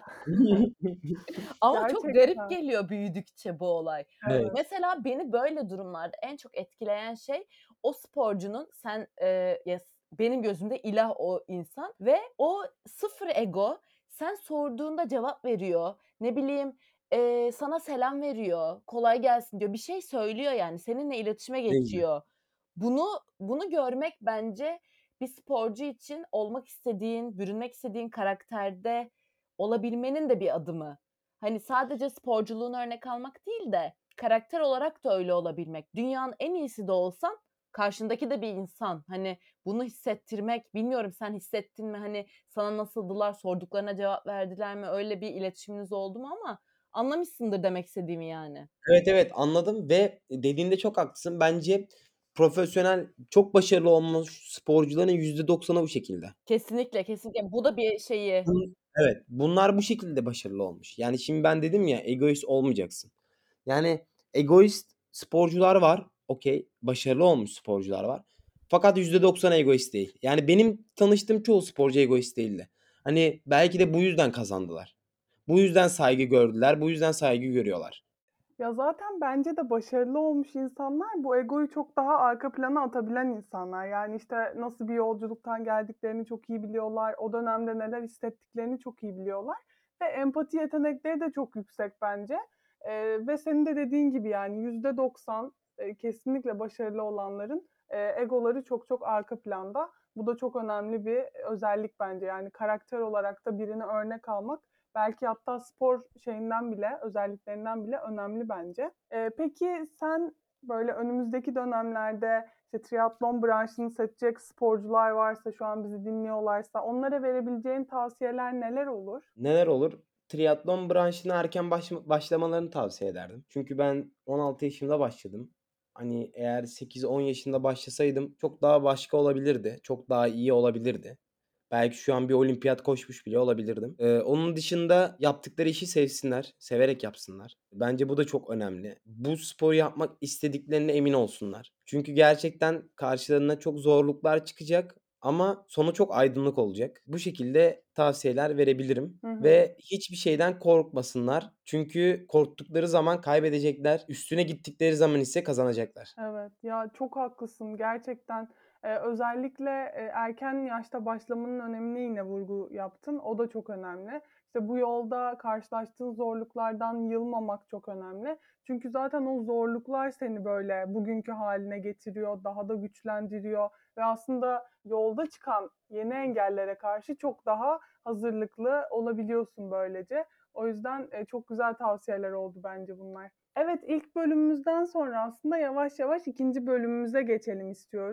Ama çok garip Gerçekten. geliyor büyüdükçe bu olay. Evet. Evet. Mesela beni böyle durumlarda en çok etkileyen şey o sporcunun sen, eee, ya s benim gözümde ilah o insan ve o sıfır ego. Sen sorduğunda cevap veriyor. Ne bileyim, eee, sana selam veriyor, kolay gelsin diyor. Bir şey söylüyor yani, seninle iletişime Ne güzel. geçiyor. Bunu bunu görmek bence bir sporcu için olmak istediğin, bürünmek istediğin karakterde olabilmenin de bir adımı. Hani sadece sporculuğunu örnek almak değil de karakter olarak da öyle olabilmek. Dünyanın en iyisi de olsan karşındaki de bir insan. Hani bunu hissettirmek, bilmiyorum sen hissettin mi? Hani sana nasıldılar, sorduklarına cevap verdiler mi? Öyle bir iletişiminiz oldu mu ama anlamışsındır demek istediğimi yani. Evet, evet, anladım ve dediğinde çok haklısın. Bence profesyonel, çok başarılı olmuş sporcuların yüzde doksanı bu şekilde. Kesinlikle, kesinlikle. Bu da bir şeyi. Bun Evet, bunlar bu şekilde başarılı olmuş. Yani şimdi ben dedim ya, egoist olmayacaksın. Yani egoist sporcular var, okay, başarılı olmuş sporcular var. Fakat yüzde doksanı egoist değil. Yani benim tanıştığım çoğu sporcu egoist değildi. Hani belki de bu yüzden kazandılar. Bu yüzden saygı gördüler, bu yüzden saygı görüyorlar. Ya zaten bence de başarılı olmuş insanlar bu egoyu çok daha arka plana atabilen insanlar. Yani işte nasıl bir yolculuktan geldiklerini çok iyi biliyorlar. O dönemde neler hissettiklerini çok iyi biliyorlar. Ve empati yetenekleri de çok yüksek bence. Ee, ve senin de dediğin gibi yani yüzde doksan e, kesinlikle başarılı olanların e, egoları çok çok arka planda. Bu da çok önemli bir özellik bence. Yani karakter olarak da birini örnek almak belki hatta spor şeyinden bile, özelliklerinden bile önemli bence. Ee, peki sen böyle önümüzdeki dönemlerde işte triatlon branşını seçecek sporcular varsa, şu an bizi dinliyorlarsa onlara verebileceğin tavsiyeler neler olur? Neler olur? Triatlon branşına erken baş başlamalarını tavsiye ederdim. Çünkü ben on altı yaşımda başladım. Hani eğer sekiz on yaşında başlasaydım çok daha başka olabilirdi. Çok daha iyi olabilirdi. Belki şu an bir olimpiyat koşmuş bile olabilirdim. Eee, onun dışında yaptıkları işi sevsinler, severek yapsınlar. Bence bu da çok önemli. Bu sporu yapmak istediklerine emin olsunlar. Çünkü gerçekten karşılarına çok zorluklar çıkacak ama sonu çok aydınlık olacak. Bu şekilde tavsiyeler verebilirim Hı hı. ve hiçbir şeyden korkmasınlar. Çünkü korktukları zaman kaybedecekler. Üstüne gittikleri zaman ise kazanacaklar. Evet, ya çok haklısın gerçekten. Eee, özellikle, eee, erken yaşta başlamanın önemine yine vurgu yaptın. O da çok önemli. İşte bu yolda karşılaştığın zorluklardan yılmamak çok önemli. Çünkü zaten o zorluklar seni böyle bugünkü haline getiriyor, daha da güçlendiriyor ve aslında yolda çıkan yeni engellere karşı çok daha hazırlıklı olabiliyorsun böylece. O yüzden, eee, çok güzel tavsiyeler oldu bence bunlar. Evet, ilk bölümümüzden sonra aslında yavaş yavaş ikinci bölümümüze geçelim istiyoruz.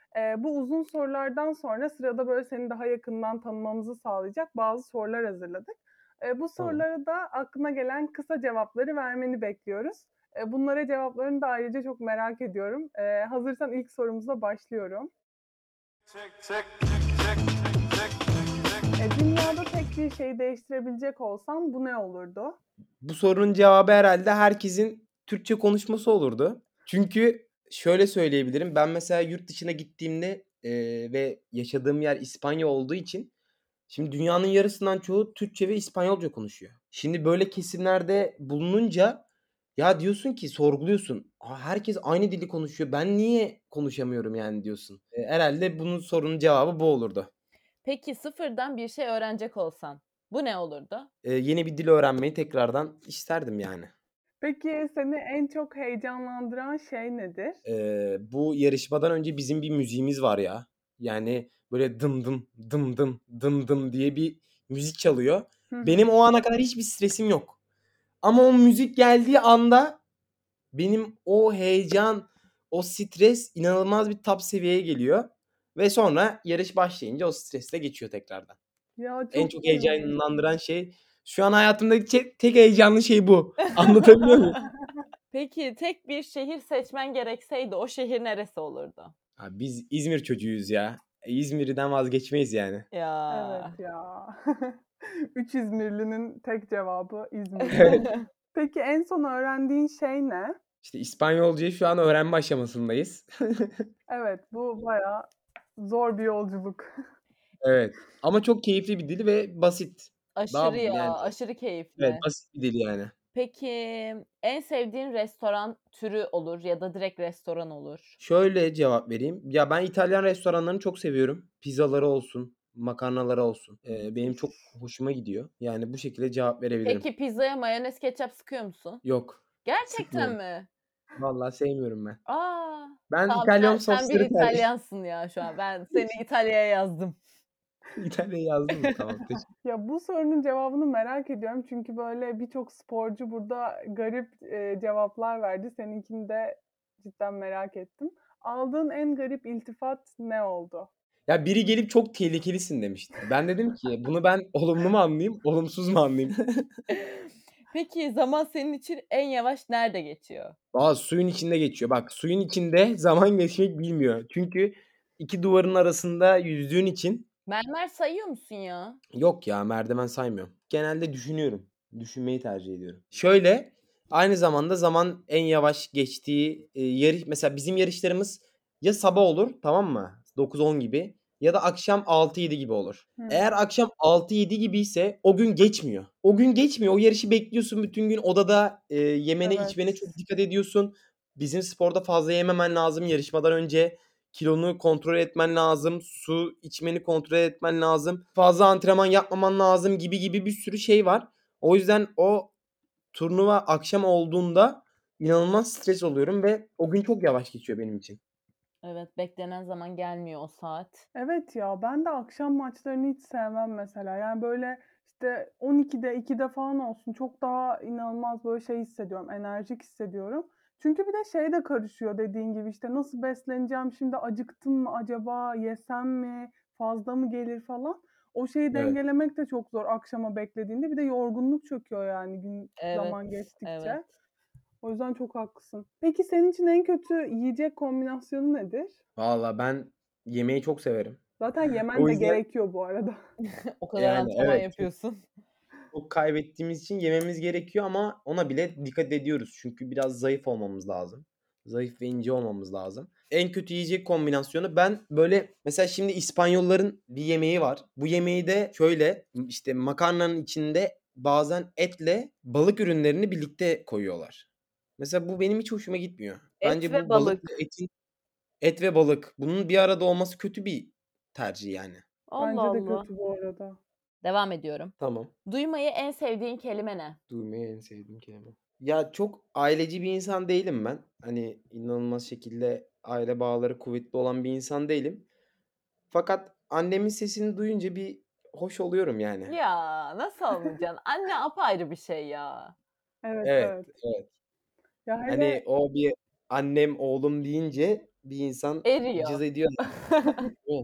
Eee, bu uzun sorulardan sonra sırada böyle seni daha yakından tanımamızı sağlayacak bazı sorular hazırladık. Eee, bu Tamam. sorulara da aklına gelen kısa cevapları vermeni bekliyoruz. Eee, bunlara cevaplarını da ayrıca çok merak ediyorum. Eee, hazırsan ilk sorumuzla başlıyorum. Eee, dünyada tek bir şey değiştirebilecek olsan bu ne olurdu? Bu sorunun cevabı herhalde herkesin Türkçe konuşması olurdu. Çünkü şöyle söyleyebilirim. Ben mesela yurt dışına gittiğimde eee, ve yaşadığım yer İspanya olduğu için şimdi dünyanın yarısından çoğu Türkçe ve İspanyolca konuşuyor. Şimdi böyle kesimlerde bulununca ya diyorsun ki sorguluyorsun. "Aa, herkes aynı dili konuşuyor. Ben niye konuşamıyorum yani diyorsun. E, herhalde bunun sorunun cevabı bu olurdu. Peki sıfırdan bir şey öğrenecek olsan bu ne olurdu? E, yeni bir dil öğrenmeyi tekrardan isterdim yani. Peki seni en çok heyecanlandıran şey nedir? Eee, bu yarışmadan önce bizim bir müziğimiz var ya. Yani böyle dım dım dım dım dım dım diye bir müzik çalıyor. Hı hı. Benim o ana kadar hiçbir stresim yok. Ama o müzik geldiği anda benim o heyecan, o stres inanılmaz bir top seviyeye geliyor. Ve sonra yarış başlayınca o stres de geçiyor tekrardan. Ya En çok çok iyiymiş. heyecanlandıran şey şu an hayatımdaki çe- tek heyecanlı şey bu. Anlatabiliyor muyum? Peki tek bir şehir seçmen gerekseydi o şehir neresi olurdu? Abi biz İzmir çocuğuyuz ya. E, İzmir'den vazgeçmeyiz yani. Ya. Evet ya. Üç İzmirlinin tek cevabı İzmir. Evet. Peki en son öğrendiğin şey ne? İşte İspanyolcayı şu an öğrenme aşamasındayız. Evet, bu bayağı zor bir yolculuk. Evet. Ama çok keyifli bir dil ve basit. Aşırı Daha ya, yani aşırı evet keyifli. basit bir dil yani. Peki en sevdiğin restoran türü olur ya da direkt restoran olur? Şöyle cevap vereyim. Ya ben İtalyan restoranlarını çok seviyorum. Pizzaları olsun, makarnaları olsun. Ee, benim çok Müthiş. hoşuma gidiyor. Yani bu şekilde cevap verebilirim. Peki pizzaya mayonez ketçap sıkıyor musun? Yok. Gerçekten Sıkmıyorum. mi? Vallahi sevmiyorum ben. A! Ben Tamam İtalyan sen sen bir sosları tercih İtalyansın ya şu an. Ben seni İtalya'ya yazdım. İtalya'yı yazdım mı? Tamam. Teşekkür Ya bu sorunun cevabını merak ediyorum çünkü böyle birçok sporcu burada garip e, cevaplar verdi. Seninkini de cidden merak ettim. Aldığın en garip iltifat ne oldu? Ya biri gelip çok tehlikelisin demişti. Ben dedim ki bunu ben olumlu mu anlayayım, olumsuz mu anlayayım? Peki zaman senin için en yavaş nerede geçiyor? Aa, suyun içinde geçiyor. Bak suyun içinde zaman geçmek bilmiyor. Çünkü iki duvarın arasında yüzdüğün için Mermer sayıyor musun ya? yok ya merdiven saymıyorum. Genelde düşünüyorum. Düşünmeyi tercih ediyorum. Şöyle aynı zamanda zaman en yavaş geçtiği e, yarış mesela bizim yarışlarımız ya sabah olur tamam mı? dokuz on gibi ya da akşam altı yedi gibi olur. Hı. Eğer akşam altı yedi gibi ise o gün geçmiyor. O gün geçmiyor. O yarışı bekliyorsun bütün gün odada e, yemene Evet. içmene çok dikkat ediyorsun. Bizim sporda fazla yememen lazım yarışmadan önce. Kilonu kontrol etmen lazım. Su içmeni kontrol etmen lazım. Fazla antrenman yapmaman lazım gibi gibi bir sürü şey var. O yüzden o turnuva akşam olduğunda inanılmaz stres oluyorum ve o gün çok yavaş geçiyor benim için. Evet, beklenen zaman gelmiyor o saat. Evet ya ben de akşam maçlarını hiç sevmem mesela. Yani böyle işte on ikide ikide falan olsun çok daha inanılmaz böyle şey hissediyorum, enerjik hissediyorum. Çünkü bir de şey de karışıyor dediğin gibi işte nasıl besleneceğim şimdi acıktım mı acaba yesem mi fazla mı gelir falan. O şeyi Evet. dengelemek de çok zor akşama beklediğinde bir de yorgunluk çöküyor yani gün Evet, zaman geçtikçe. evet. O yüzden çok haklısın. Peki senin için en kötü yiyecek kombinasyonu nedir? Valla ben yemeği çok severim. Zaten yemen O de yüzden gerekiyor bu arada. O kadar yani antrenman evet çok, yapıyorsun. çok kaybettiğimiz için yememiz gerekiyor ama ona bile dikkat ediyoruz. Çünkü biraz zayıf olmamız lazım. Zayıf ve ince olmamız lazım. En kötü yiyecek kombinasyonu ben böyle mesela şimdi İspanyolların bir yemeği var. Bu yemeği de şöyle işte makarnanın içinde bazen etle balık ürünlerini birlikte koyuyorlar. Mesela bu benim hiç hoşuma gitmiyor. Et Bence ve bu balıkla balık. etin et ve balık bunun bir arada olması kötü bir tercih yani. Allah Bence de Allah. kötü bu arada. Devam ediyorum. Tamam. Duymayı en sevdiğin kelime ne? Duymayı en sevdiğim kelime. Ya çok aileci bir insan değilim ben. Hani inanılmaz şekilde aile bağları kuvvetli olan bir insan değilim. Fakat annemin sesini duyunca bir hoş oluyorum yani. Ya nasıl olmayacaksın? Anne apayrı bir şey ya. Evet, Evet, evet. evet. Ya Hani hele o bir annem oğlum deyince bir insan Eriyor. cız ediyor. Evet.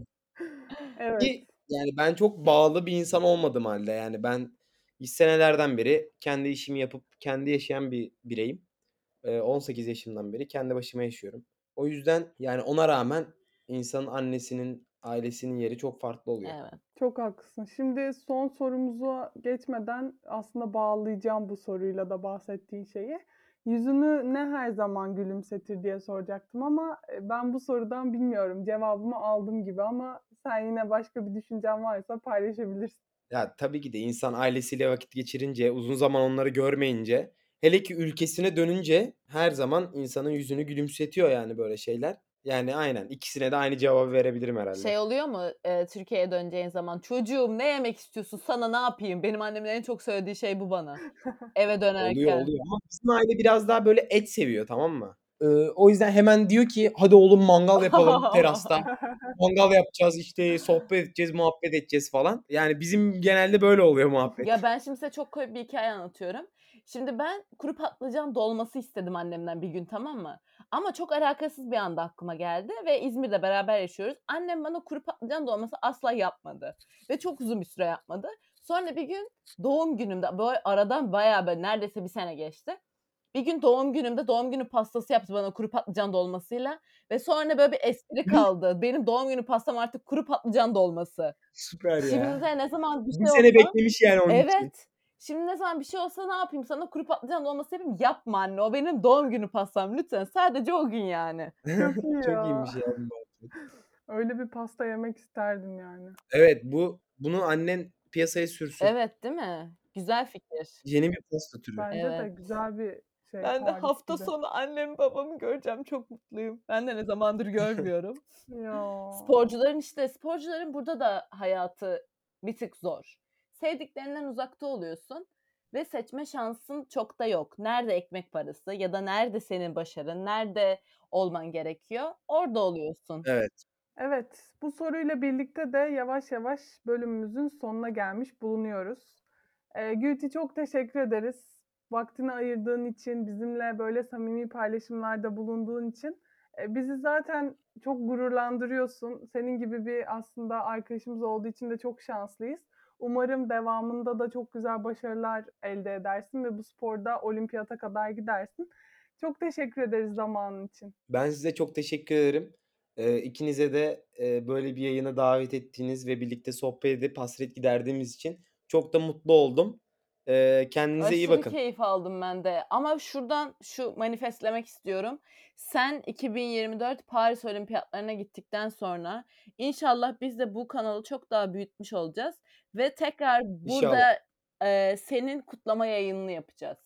Evet. Ki yani ben çok bağlı bir insan olmadığım hâlde yani ben senelerden beri kendi işimi yapıp kendi yaşayan bir bireyim. Eee, on sekiz yaşımdan beri kendi başıma yaşıyorum. O yüzden yani ona rağmen insanın annesinin, ailesinin yeri çok farklı oluyor. Evet. Çok haklısın. Şimdi son sorumuza geçmeden aslında bağlayacağım bu soruyla da bahsettiğin şeyi. Yüzünü ne her zaman gülümsetir diye soracaktım ama e, ben bu sorudan bilmiyorum. Cevabımı aldım gibi ama sen yine başka bir düşüncen varsa paylaşabilirsin. Ya, tabii ki de insan ailesiyle vakit geçirince, uzun zaman onları görmeyince, hele ki ülkesine dönünce her zaman insanın yüzünü gülümsetiyor yani böyle şeyler. Yani aynen, ikisine de aynı cevabı verebilirim herhâlde. Şey oluyor mu, eee, Türkiye'ye döneceğin zaman? "Çocuğum ne yemek istiyorsun? Sana ne yapayım?" Benim annemin en çok söylediği şey bu bana. Eve Oluyor, dönerken. oluyor ama bizim aile biraz daha böyle et seviyor, tamam mı? Iıı, o yüzden hemen diyor ki, "Hadi oğlum mangal yapalım terasta. Mangal yapacağız, işte, sohbet edeceğiz, muhabbet edeceğiz." falan. Yani bizim genelde böyle oluyor muhabbet. Ya, ben şimdi size çok komik bir hikâye anlatıyorum. Şimdi ben kuru patlıcan dolması istedim annemden bir gün, tamam mı? Ama çok alakasız bir anda aklıma geldi ve İzmir'de beraber yaşıyoruz. Annem bana kuru patlıcan dolması asla yapmadı ve çok uzun bir süre yapmadı. Sonra bir gün doğum günümde, böyle aradan bayağı böyle neredeyse bir sene geçti. Bir gün doğum günümde doğum günü pastası yaptı bana kuru patlıcan dolmasıyla ve sonra böyle bir espri kaldı. Benim doğum günü pastam artık kuru patlıcan dolması. Süper Şimdi ya. de ne zaman bir Bir şey sene olsa beklemiş yani onun için. Evet. Şimdi ne zaman bir şey olsa ne yapayım? Sana kuru patlıcan dolması yapayım. Yapma anne, o benim doğum günü pastam lütfen. Sadece o gün yani. Çok iyi Çok ya. iyiymiş ya bu muhabbet. Öyle bir pasta yemek isterdim yani. Evet, bu bunu annen piyasaya sürsün. Evet, değil mi? Güzel fikir. Yeni bir pasta türü. Bence de Evet. güzel bir şey, Ben de tarif hafta gibi. sonu annemi babamı göreceğim. Çok mutluyum. Ben de ne zamandır görmüyorum. Ya. Sporcuların işte sporcuların burada da hayatı bir tık zor. Sevdiklerinden uzakta oluyorsun ve seçme şansın çok da yok. Nerede ekmek parası ya da nerede senin başarın, nerede olman gerekiyor, orada oluyorsun. Evet. Evet, bu soruyla birlikte de yavaş yavaş bölümümüzün sonuna gelmiş bulunuyoruz. Eee, Gülti çok teşekkür ederiz. Vaktini ayırdığın için, bizimle böyle samimi paylaşımlarda bulunduğun için. Eee, bizi zaten çok gururlandırıyorsun. Senin gibi bir aslında arkadaşımız olduğu için de çok şanslıyız. Umarım devamında da çok güzel başarılar elde edersin ve bu sporda olimpiyata kadar gidersin. Çok teşekkür ederiz zamanın için. Ben size çok teşekkür ederim. Eee, ikinize de, eee, böyle bir yayına davet ettiğiniz ve birlikte sohbet edip hasret giderdiğimiz için çok da mutlu oldum. Eee, kendinize iyi Aşırı bakın. keyif aldım ben de ama şuradan şu manifestlemek istiyorum. Sen iki bin yirmi dört Paris Olimpiyatlarına gittikten sonra inşallah biz de bu kanalı çok daha büyütmüş olacağız ve tekrar İnşallah. burada, eee, senin kutlama yayınını yapacağız.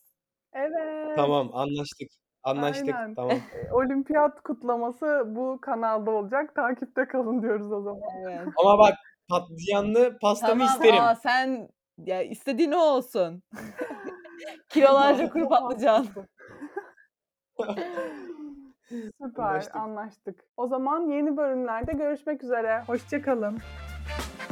Evet. Tamam, anlaştık. Anlaştık. Aynen. Tamam. Eee, olimpiyat kutlaması bu kanalda olacak. Takipte kalın diyoruz o zaman. Evet. Ama bak patlıcanlı pastamı Tamam, a, isterim. sen ya istediğin o olsun. Kilolarca kuru patlıcan. pastası. Süper, Anlaştık. anlaştık. O zaman yeni bölümlerde görüşmek üzere. Hoşça kalın.